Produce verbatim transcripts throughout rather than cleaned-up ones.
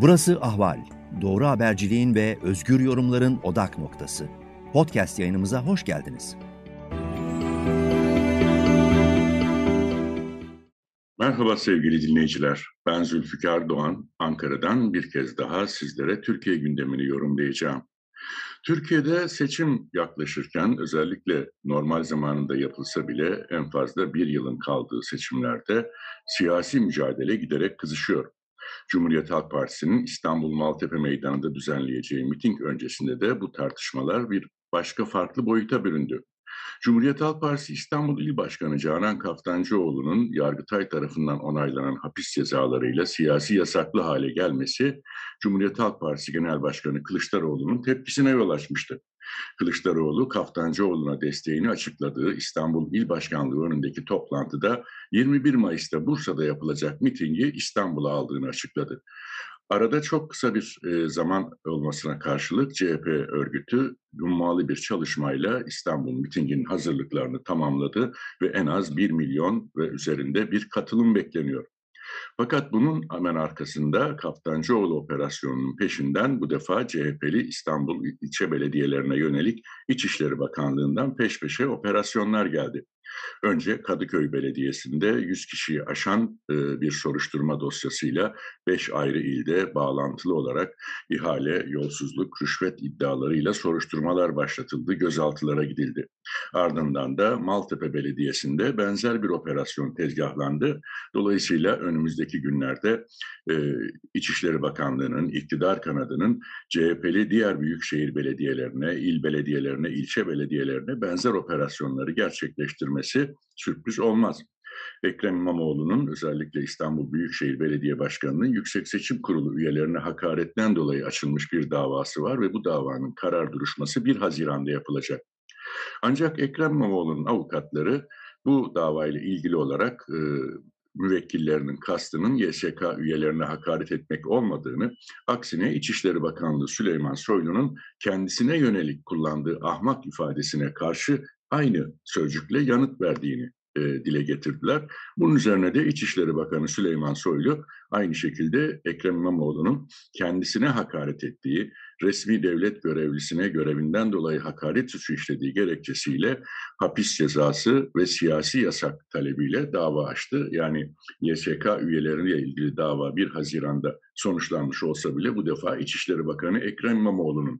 Burası Ahval. Doğru haberciliğin ve özgür yorumların odak noktası. Podcast yayınımıza hoş geldiniz. Merhaba sevgili dinleyiciler. Ben Zülfikar Doğan. Ankara'dan bir kez daha sizlere Türkiye gündemini yorumlayacağım. Türkiye'de seçim yaklaşırken özellikle normal zamanında yapılsa bile en fazla bir yılın kaldığı seçimlerde siyasi mücadele giderek kızışıyor. Cumhuriyet Halk Partisi'nin İstanbul Maltepe Meydanı'nda düzenleyeceği miting öncesinde de bu tartışmalar bir başka farklı boyuta büründü. Cumhuriyet Halk Partisi İstanbul İl Başkanı Canan Kaftancıoğlu'nun Yargıtay tarafından onaylanan hapis cezalarıyla siyasi yasaklı hale gelmesi, Cumhuriyet Halk Partisi Genel Başkanı Kılıçdaroğlu'nun tepkisine yol açmıştı. Kılıçdaroğlu, Kaftancıoğlu'na desteğini açıkladığı İstanbul İl Başkanlığı önündeki toplantıda yirmi bir Mayıs'ta Bursa'da yapılacak mitingi İstanbul'a aldığını açıkladı. Arada çok kısa bir e, zaman olmasına karşılık C H P örgütü hummalı bir çalışmayla İstanbul mitinginin hazırlıklarını tamamladı ve en az bir milyon ve üzerinde bir katılım bekleniyor. Fakat bunun hemen arkasında Kaftancıoğlu operasyonunun peşinden bu defa C H P'li İstanbul ilçe belediyelerine yönelik İçişleri Bakanlığı'ndan peş peşe operasyonlar geldi. Önce Kadıköy Belediyesi'nde yüz kişiyi aşan e, bir soruşturma dosyasıyla beş ayrı ilde bağlantılı olarak ihale, yolsuzluk, rüşvet iddialarıyla soruşturmalar başlatıldı, gözaltılara gidildi. Ardından da Maltepe Belediyesi'nde benzer bir operasyon tezgahlandı. Dolayısıyla önümüzdeki günlerde e, İçişleri Bakanlığı'nın, iktidar kanadının C H P'li diğer büyükşehir belediyelerine, il belediyelerine, ilçe belediyelerine benzer operasyonları gerçekleştirmesi sürpriz olmaz. Ekrem İmamoğlu'nun özellikle İstanbul Büyükşehir Belediye Başkanı'nın Yüksek Seçim Kurulu üyelerine hakaretten dolayı açılmış bir davası var ve bu davanın karar duruşması bir Haziran'da yapılacak. Ancak Ekrem İmamoğlu'nun avukatları bu davayla ilgili olarak e, müvekkillerinin kastının Y S K üyelerine hakaret etmek olmadığını, aksine İçişleri Bakanlığı Süleyman Soylu'nun kendisine yönelik kullandığı ahmak ifadesine karşı aynı sözcükle yanıt verdiğini e, dile getirdiler. Bunun üzerine de İçişleri Bakanı Süleyman Soylu aynı şekilde Ekrem İmamoğlu'nun kendisine hakaret ettiği, resmi devlet görevlisine görevinden dolayı hakaret suçu işlediği gerekçesiyle hapis cezası ve siyasi yasak talebiyle dava açtı. Yani Y S K üyeleriyle ilgili dava bir Haziran'da sonuçlanmış olsa bile bu defa İçişleri Bakanı Ekrem İmamoğlu'nun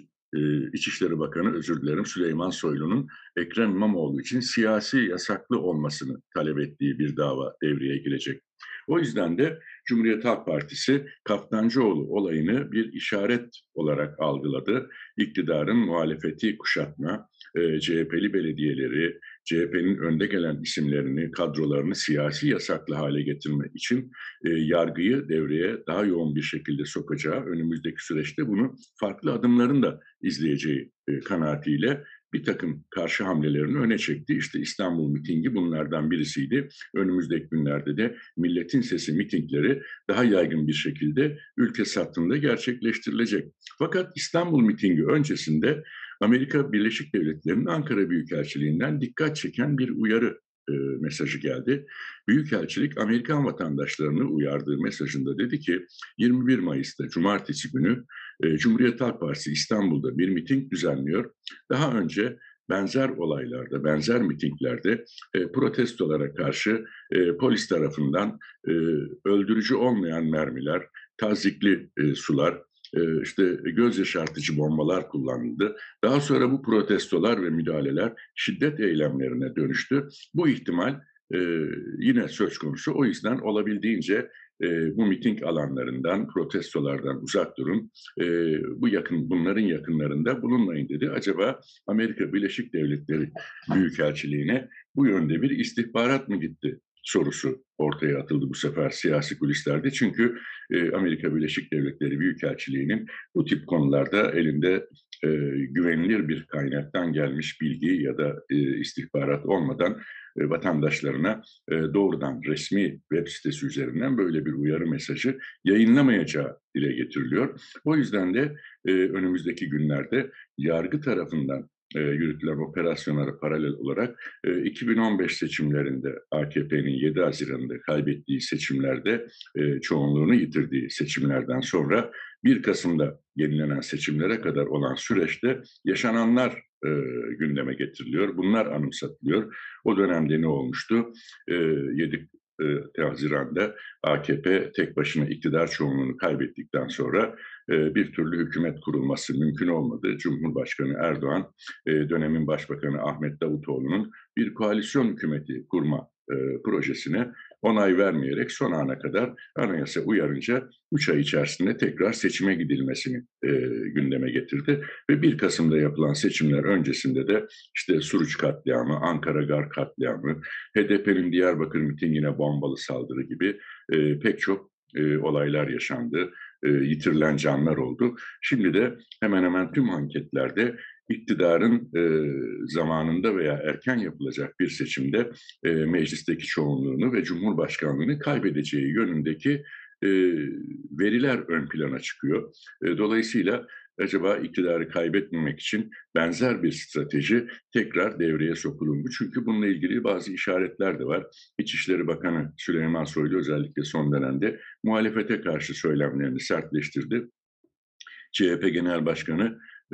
İçişleri Bakanı, özür dilerim, Süleyman Soylu'nun Ekrem İmamoğlu için siyasi yasaklı olmasını talep ettiği bir dava devreye girecek. O yüzden de Cumhuriyet Halk Partisi Kaftancıoğlu olayını bir işaret olarak algıladı. İktidarın muhalefeti kuşatma, C H P'li belediyeleri, C H P'nin önde gelen isimlerini, kadrolarını siyasi yasaklı hale getirme için e, yargıyı devreye daha yoğun bir şekilde sokacağı, önümüzdeki süreçte bunu farklı adımların da izleyeceği e, kanaatiyle bir takım karşı hamlelerini öne çekti. İşte İstanbul mitingi bunlardan birisiydi. Önümüzdeki günlerde de Milletin Sesi mitingleri daha yaygın bir şekilde ülke satında gerçekleştirilecek. Fakat İstanbul mitingi öncesinde Amerika Birleşik Devletleri'nin Ankara Büyükelçiliğinden dikkat çeken bir uyarı e, mesajı geldi. Büyükelçilik Amerikan vatandaşlarını uyardığı mesajında dedi ki yirmi bir Mayıs'ta Cumartesi günü e, Cumhuriyet Halk Partisi İstanbul'da bir miting düzenliyor. Daha önce benzer olaylarda, benzer mitinglerde e, protestolara karşı e, polis tarafından e, öldürücü olmayan mermiler, tazikli e, sular, e, işte göz yaşartıcı bombalar kullanıldı. Daha sonra bu protestolar ve müdahaleler şiddet eylemlerine dönüştü. Bu ihtimal e, yine söz konusu. O yüzden olabildiğince e, bu miting alanlarından, protestolardan uzak durun. E, bu yakın, bunların yakınlarında bulunmayın dedi. Acaba Amerika Birleşik Devletleri Büyükelçiliğine bu yönde bir istihbarat mı gitti sorusu ortaya atıldı bu sefer siyasi kulislerde. Çünkü e, Amerika Birleşik Devletleri Büyükelçiliği'nin bu tip konularda elinde e, güvenilir bir kaynaktan gelmiş bilgi ya da e, istihbarat olmadan e, vatandaşlarına e, doğrudan resmi web sitesi üzerinden böyle bir uyarı mesajı yayınlamayacağı dile getiriliyor. O yüzden de e, önümüzdeki günlerde yargı tarafından e, yürütülen operasyonlara paralel olarak e, iki bin on beş seçimlerinde A K P'nin yedi Haziran'da kaybettiği seçimlerde e, çoğunluğunu yitirdiği seçimlerden sonra bir Kasım'da yenilenen seçimlere kadar olan süreçte yaşananlar e, gündeme getiriliyor. Bunlar anımsatılıyor. O dönemde ne olmuştu? E, yedi e, Haziran'da A K P tek başına iktidar çoğunluğunu kaybettikten sonra e, bir türlü hükümet kurulması mümkün olmadı. Cumhurbaşkanı Erdoğan, e, dönemin Başbakanı Ahmet Davutoğlu'nun bir koalisyon hükümeti kurma e, projesine onay vermeyerek son ana kadar anayasa uyarınca üç ay içerisinde tekrar seçime gidilmesini e, gündeme getirdi. Ve bir Kasım'da yapılan seçimler öncesinde de işte Suruç katliamı, Ankara Gar katliamı, H D P'nin Diyarbakır mitingine bombalı saldırı gibi e, pek çok e, olaylar yaşandı. E, yitirilen canlar oldu. Şimdi de hemen hemen tüm anketlerde iktidarın e, zamanında veya erken yapılacak bir seçimde e, meclisteki çoğunluğunu ve cumhurbaşkanlığını kaybedeceği yönündeki e, veriler ön plana çıkıyor. E, dolayısıyla acaba iktidarı kaybetmemek için benzer bir strateji tekrar devreye sokulur mu? Çünkü bununla ilgili bazı işaretler de var. İçişleri Bakanı Süleyman Soylu özellikle son dönemde muhalefete karşı söylemlerini sertleştirdi. C H P Genel Başkanı e,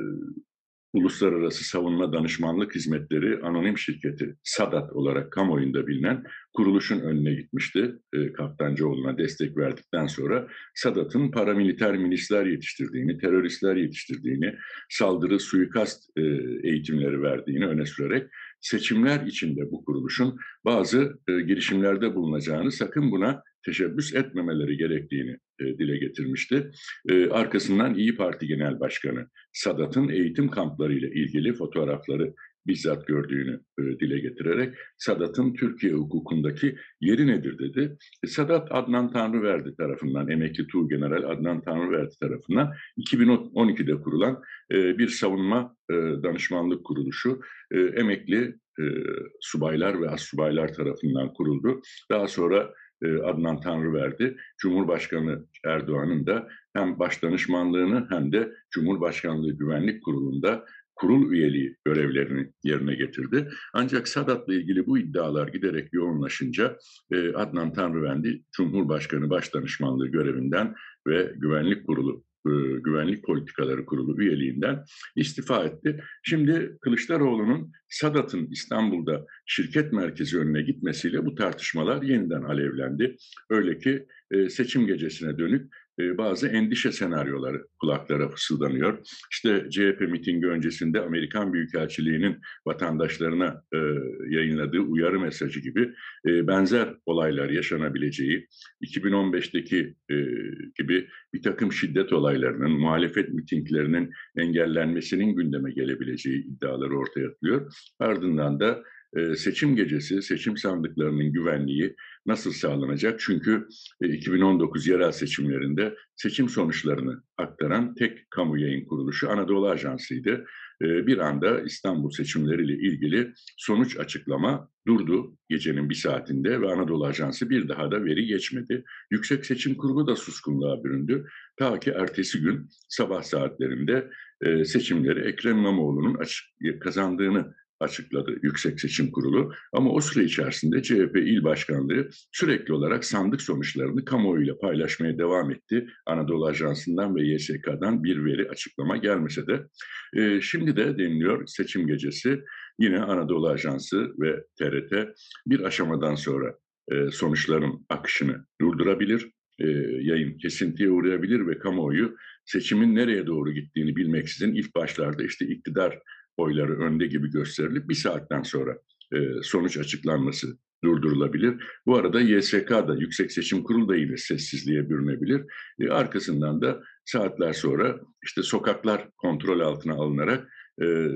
Uluslararası Savunma Danışmanlık Hizmetleri Anonim Şirketi SADAT olarak kamuoyunda bilinen kuruluşun önüne gitmişti. E, Kaftancıoğlu'na destek verdikten sonra SADAT'ın paramiliter milisler yetiştirdiğini, teröristler yetiştirdiğini, saldırı, suikast e, eğitimleri verdiğini öne sürerek seçimler içinde bu kuruluşun bazı e, girişimlerde bulunacağını, sakın buna teşebbüs etmemeleri gerektiğini e, dile getirmişti. E, arkasından İyi Parti Genel Başkanı SADAT'ın eğitim kampları ile ilgili fotoğrafları bizzat gördüğünü e, dile getirerek SADAT'ın Türkiye hukukundaki yeri nedir dedi. E, SADAT Adnan Tanrıverdi tarafından, emekli Tuğgeneral Adnan Tanrıverdi tarafından iki bin on ikide kurulan e, bir savunma e, danışmanlık kuruluşu. E, emekli e, subaylar ve astsubaylar tarafından kuruldu. Daha sonra Adnan Tanrıverdi, Cumhurbaşkanı Erdoğan'ın da hem başdanışmanlığını hem de Cumhurbaşkanlığı Güvenlik Kurulu'nda kurul üyeliği görevlerini yerine getirdi. Ancak SADAT'la ilgili bu iddialar giderek yoğunlaşınca Adnan Tanrıverdi Cumhurbaşkanı Başdanışmanlığı görevinden ve Güvenlik Kurulu Güvenlik Politikaları Kurulu üyeliğinden istifa etti. Şimdi Kılıçdaroğlu'nun SADAT'ın İstanbul'da şirket merkezi önüne gitmesiyle bu tartışmalar yeniden alevlendi. Öyle ki seçim gecesine dönük bazı endişe senaryoları kulaklara fısıldanıyor. İşte C H P mitingi öncesinde Amerikan Büyükelçiliği'nin vatandaşlarına e, yayınladığı uyarı mesajı gibi e, benzer olaylar yaşanabileceği, iki bin on beşteki e, gibi bir takım şiddet olaylarının, muhalefet mitinglerinin engellenmesinin gündeme gelebileceği iddiaları ortaya atılıyor. Ardından da seçim gecesi, seçim sandıklarının güvenliği nasıl sağlanacak? Çünkü iki bin on dokuz yerel seçimlerinde seçim sonuçlarını aktaran tek kamu yayın kuruluşu Anadolu Ajansı'ydı. Bir anda İstanbul seçimleriyle ilgili sonuç açıklama durdu gecenin bir saatinde ve Anadolu Ajansı bir daha da veri geçmedi. Yüksek Seçim Kurulu da suskunluğa büründü. Ta ki ertesi gün sabah saatlerinde seçimleri Ekrem İmamoğlu'nun kazandığını açıkladı Yüksek Seçim Kurulu. Ama o süre içerisinde C H P İl Başkanlığı sürekli olarak sandık sonuçlarını kamuoyuyla paylaşmaya devam etti. Anadolu Ajansı'ndan ve Y S K'dan bir veri açıklama gelmese de. E, şimdi de deniliyor seçim gecesi yine Anadolu Ajansı ve T R T bir aşamadan sonra e, sonuçların akışını durdurabilir. E, yayın kesintiye uğrayabilir ve kamuoyu seçimin nereye doğru gittiğini bilmeksizin ilk başlarda işte iktidar oyları önde gibi gösterilip bir saatten sonra e, sonuç açıklanması durdurulabilir. Bu arada Y S K'da, Yüksek Seçim Kurulu da yine sessizliğe bürünebilir. E, arkasından da saatler sonra işte sokaklar kontrol altına alınarak e,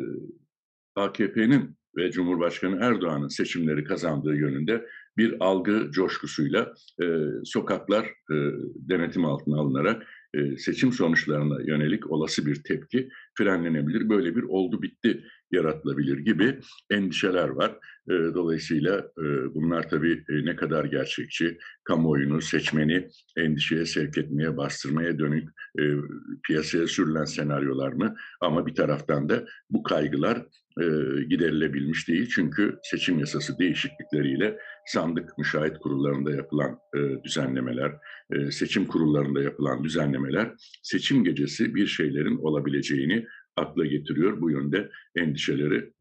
A K P'nin ve Cumhurbaşkanı Erdoğan'ın seçimleri kazandığı yönünde bir algı coşkusuyla e, sokaklar e, denetim altına alınarak e, seçim sonuçlarına yönelik olası bir tepki frenlenebilir. Böyle bir oldu bitti yaratılabilir gibi endişeler var. E, dolayısıyla e, bunlar tabii e, ne kadar gerçekçi, kamuoyunu, seçmeni endişeye sevk etmeye, bastırmaya dönük e, piyasaya sürülen senaryolar mı? Ama bir taraftan da bu kaygılar e, giderilebilmiş değil. Çünkü seçim yasası değişiklikleriyle sandık müşahit kurullarında yapılan e, düzenlemeler, e, seçim kurullarında yapılan düzenlemeler seçim gecesi bir şeylerin olabileceğini akla getiriyor. Bu yönde endişeleri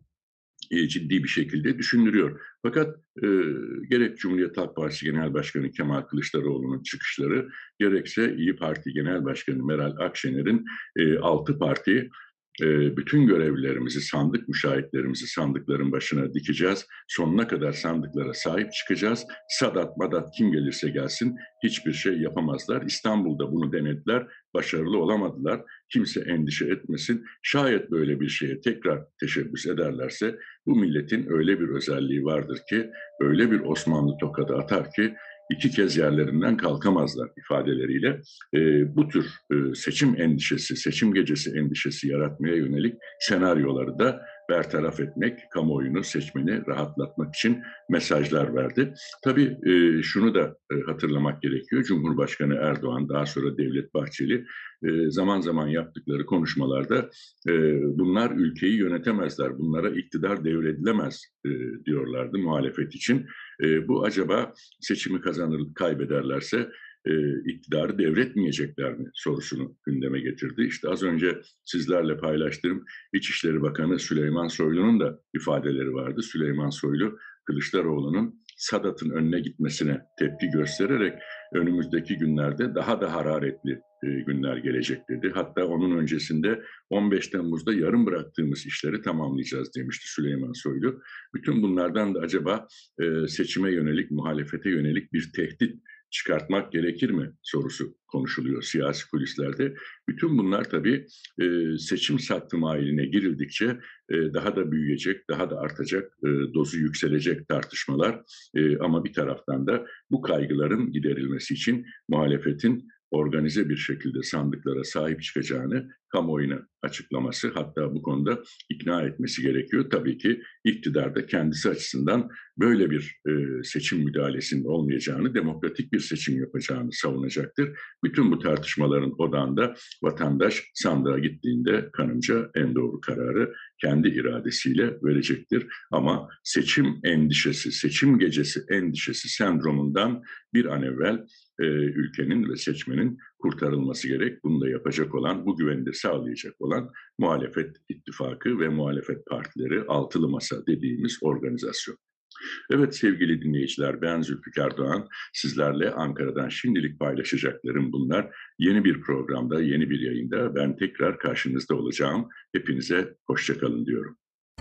e, ciddi bir şekilde düşündürüyor. Fakat e, gerek Cumhuriyet Halk Partisi Genel Başkanı Kemal Kılıçdaroğlu'nun çıkışları, gerekse İyi Parti Genel Başkanı Meral Akşener'in e, altı parti e, bütün görevlilerimizi, sandık müşahitlerimizi sandıkların başına dikeceğiz. Sonuna kadar sandıklara sahip çıkacağız. Sadat madat kim gelirse gelsin hiçbir şey yapamazlar. İstanbul'da bunu denediler, başarılı olamadılar. Kimse endişe etmesin. Şayet böyle bir şeye tekrar teşebbüs ederlerse bu milletin öyle bir özelliği vardır ki, öyle bir Osmanlı tokadı atar ki iki kez yerlerinden kalkamazlar ifadeleriyle e, bu tür e, seçim endişesi, seçim gecesi endişesi yaratmaya yönelik senaryoları da bertaraf etmek, kamuoyunu, seçmeni rahatlatmak için mesajlar verdi. Tabii e, şunu da e, hatırlamak gerekiyor. Cumhurbaşkanı Erdoğan, daha sonra Devlet Bahçeli e, zaman zaman yaptıkları konuşmalarda e, bunlar ülkeyi yönetemezler, bunlara iktidar devredilemez e, diyorlardı muhalefet için. E, bu acaba seçimi kazanır, kaybederlerse e, iktidarı devretmeyecekler mi sorusunu gündeme getirdi. İşte az önce sizlerle paylaştığım İçişleri Bakanı Süleyman Soylu'nun da ifadeleri vardı. Süleyman Soylu, Kılıçdaroğlu'nun Sadat'ın önüne gitmesine tepki göstererek önümüzdeki günlerde daha da hararetli e, günler gelecek dedi. Hatta onun öncesinde on beş Temmuz'da yarım bıraktığımız işleri tamamlayacağız demişti Süleyman Soylu. Bütün bunlardan da acaba e, seçime yönelik, muhalefete yönelik bir tehdit çıkartmak gerekir mi sorusu konuşuluyor siyasi kulislerde. Bütün bunlar tabii e, seçim sattım haline girildikçe e, daha da büyüyecek, daha da artacak, e, dozu yükselecek tartışmalar. E, ama bir taraftan da bu kaygıların giderilmesi için muhalefetin organize bir şekilde sandıklara sahip çıkacağını kamuoyuna açıklaması, hatta bu konuda ikna etmesi gerekiyor. Tabii ki iktidar da kendisi açısından böyle bir e, seçim müdahalesinin olmayacağını, demokratik bir seçim yapacağını savunacaktır. Bütün bu tartışmaların odağında vatandaş sandığa gittiğinde kanımca en doğru kararı kendi iradesiyle verecektir. Ama seçim endişesi, seçim gecesi endişesi sendromundan bir an evvel e, ülkenin ve seçmenin kurtarılması gerek. Bunu da yapacak olan, bu güveni de sağlayacak olan muhalefet ittifakı ve muhalefet partileri, altılı masa dediğimiz organizasyon. Evet sevgili dinleyiciler, ben Zülfikar Doğan. Sizlerle Ankara'dan şimdilik paylaşacaklarım bunlar. Yeni bir programda, yeni bir yayında ben tekrar karşınızda olacağım. Hepinize hoşça kalın diyorum.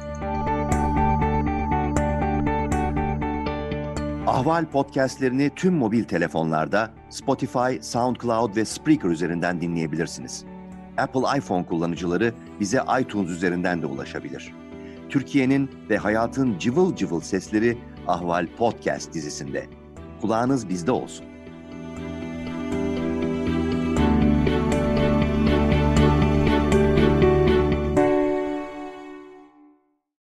Ahval podcastlerini tüm mobil telefonlarda Spotify, SoundCloud ve Spreaker üzerinden dinleyebilirsiniz. Apple iPhone kullanıcıları bize iTunes üzerinden de ulaşabilir. Türkiye'nin ve hayatın cıvıl cıvıl sesleri Ahval Podcast dizisinde. Kulağınız bizde olsun.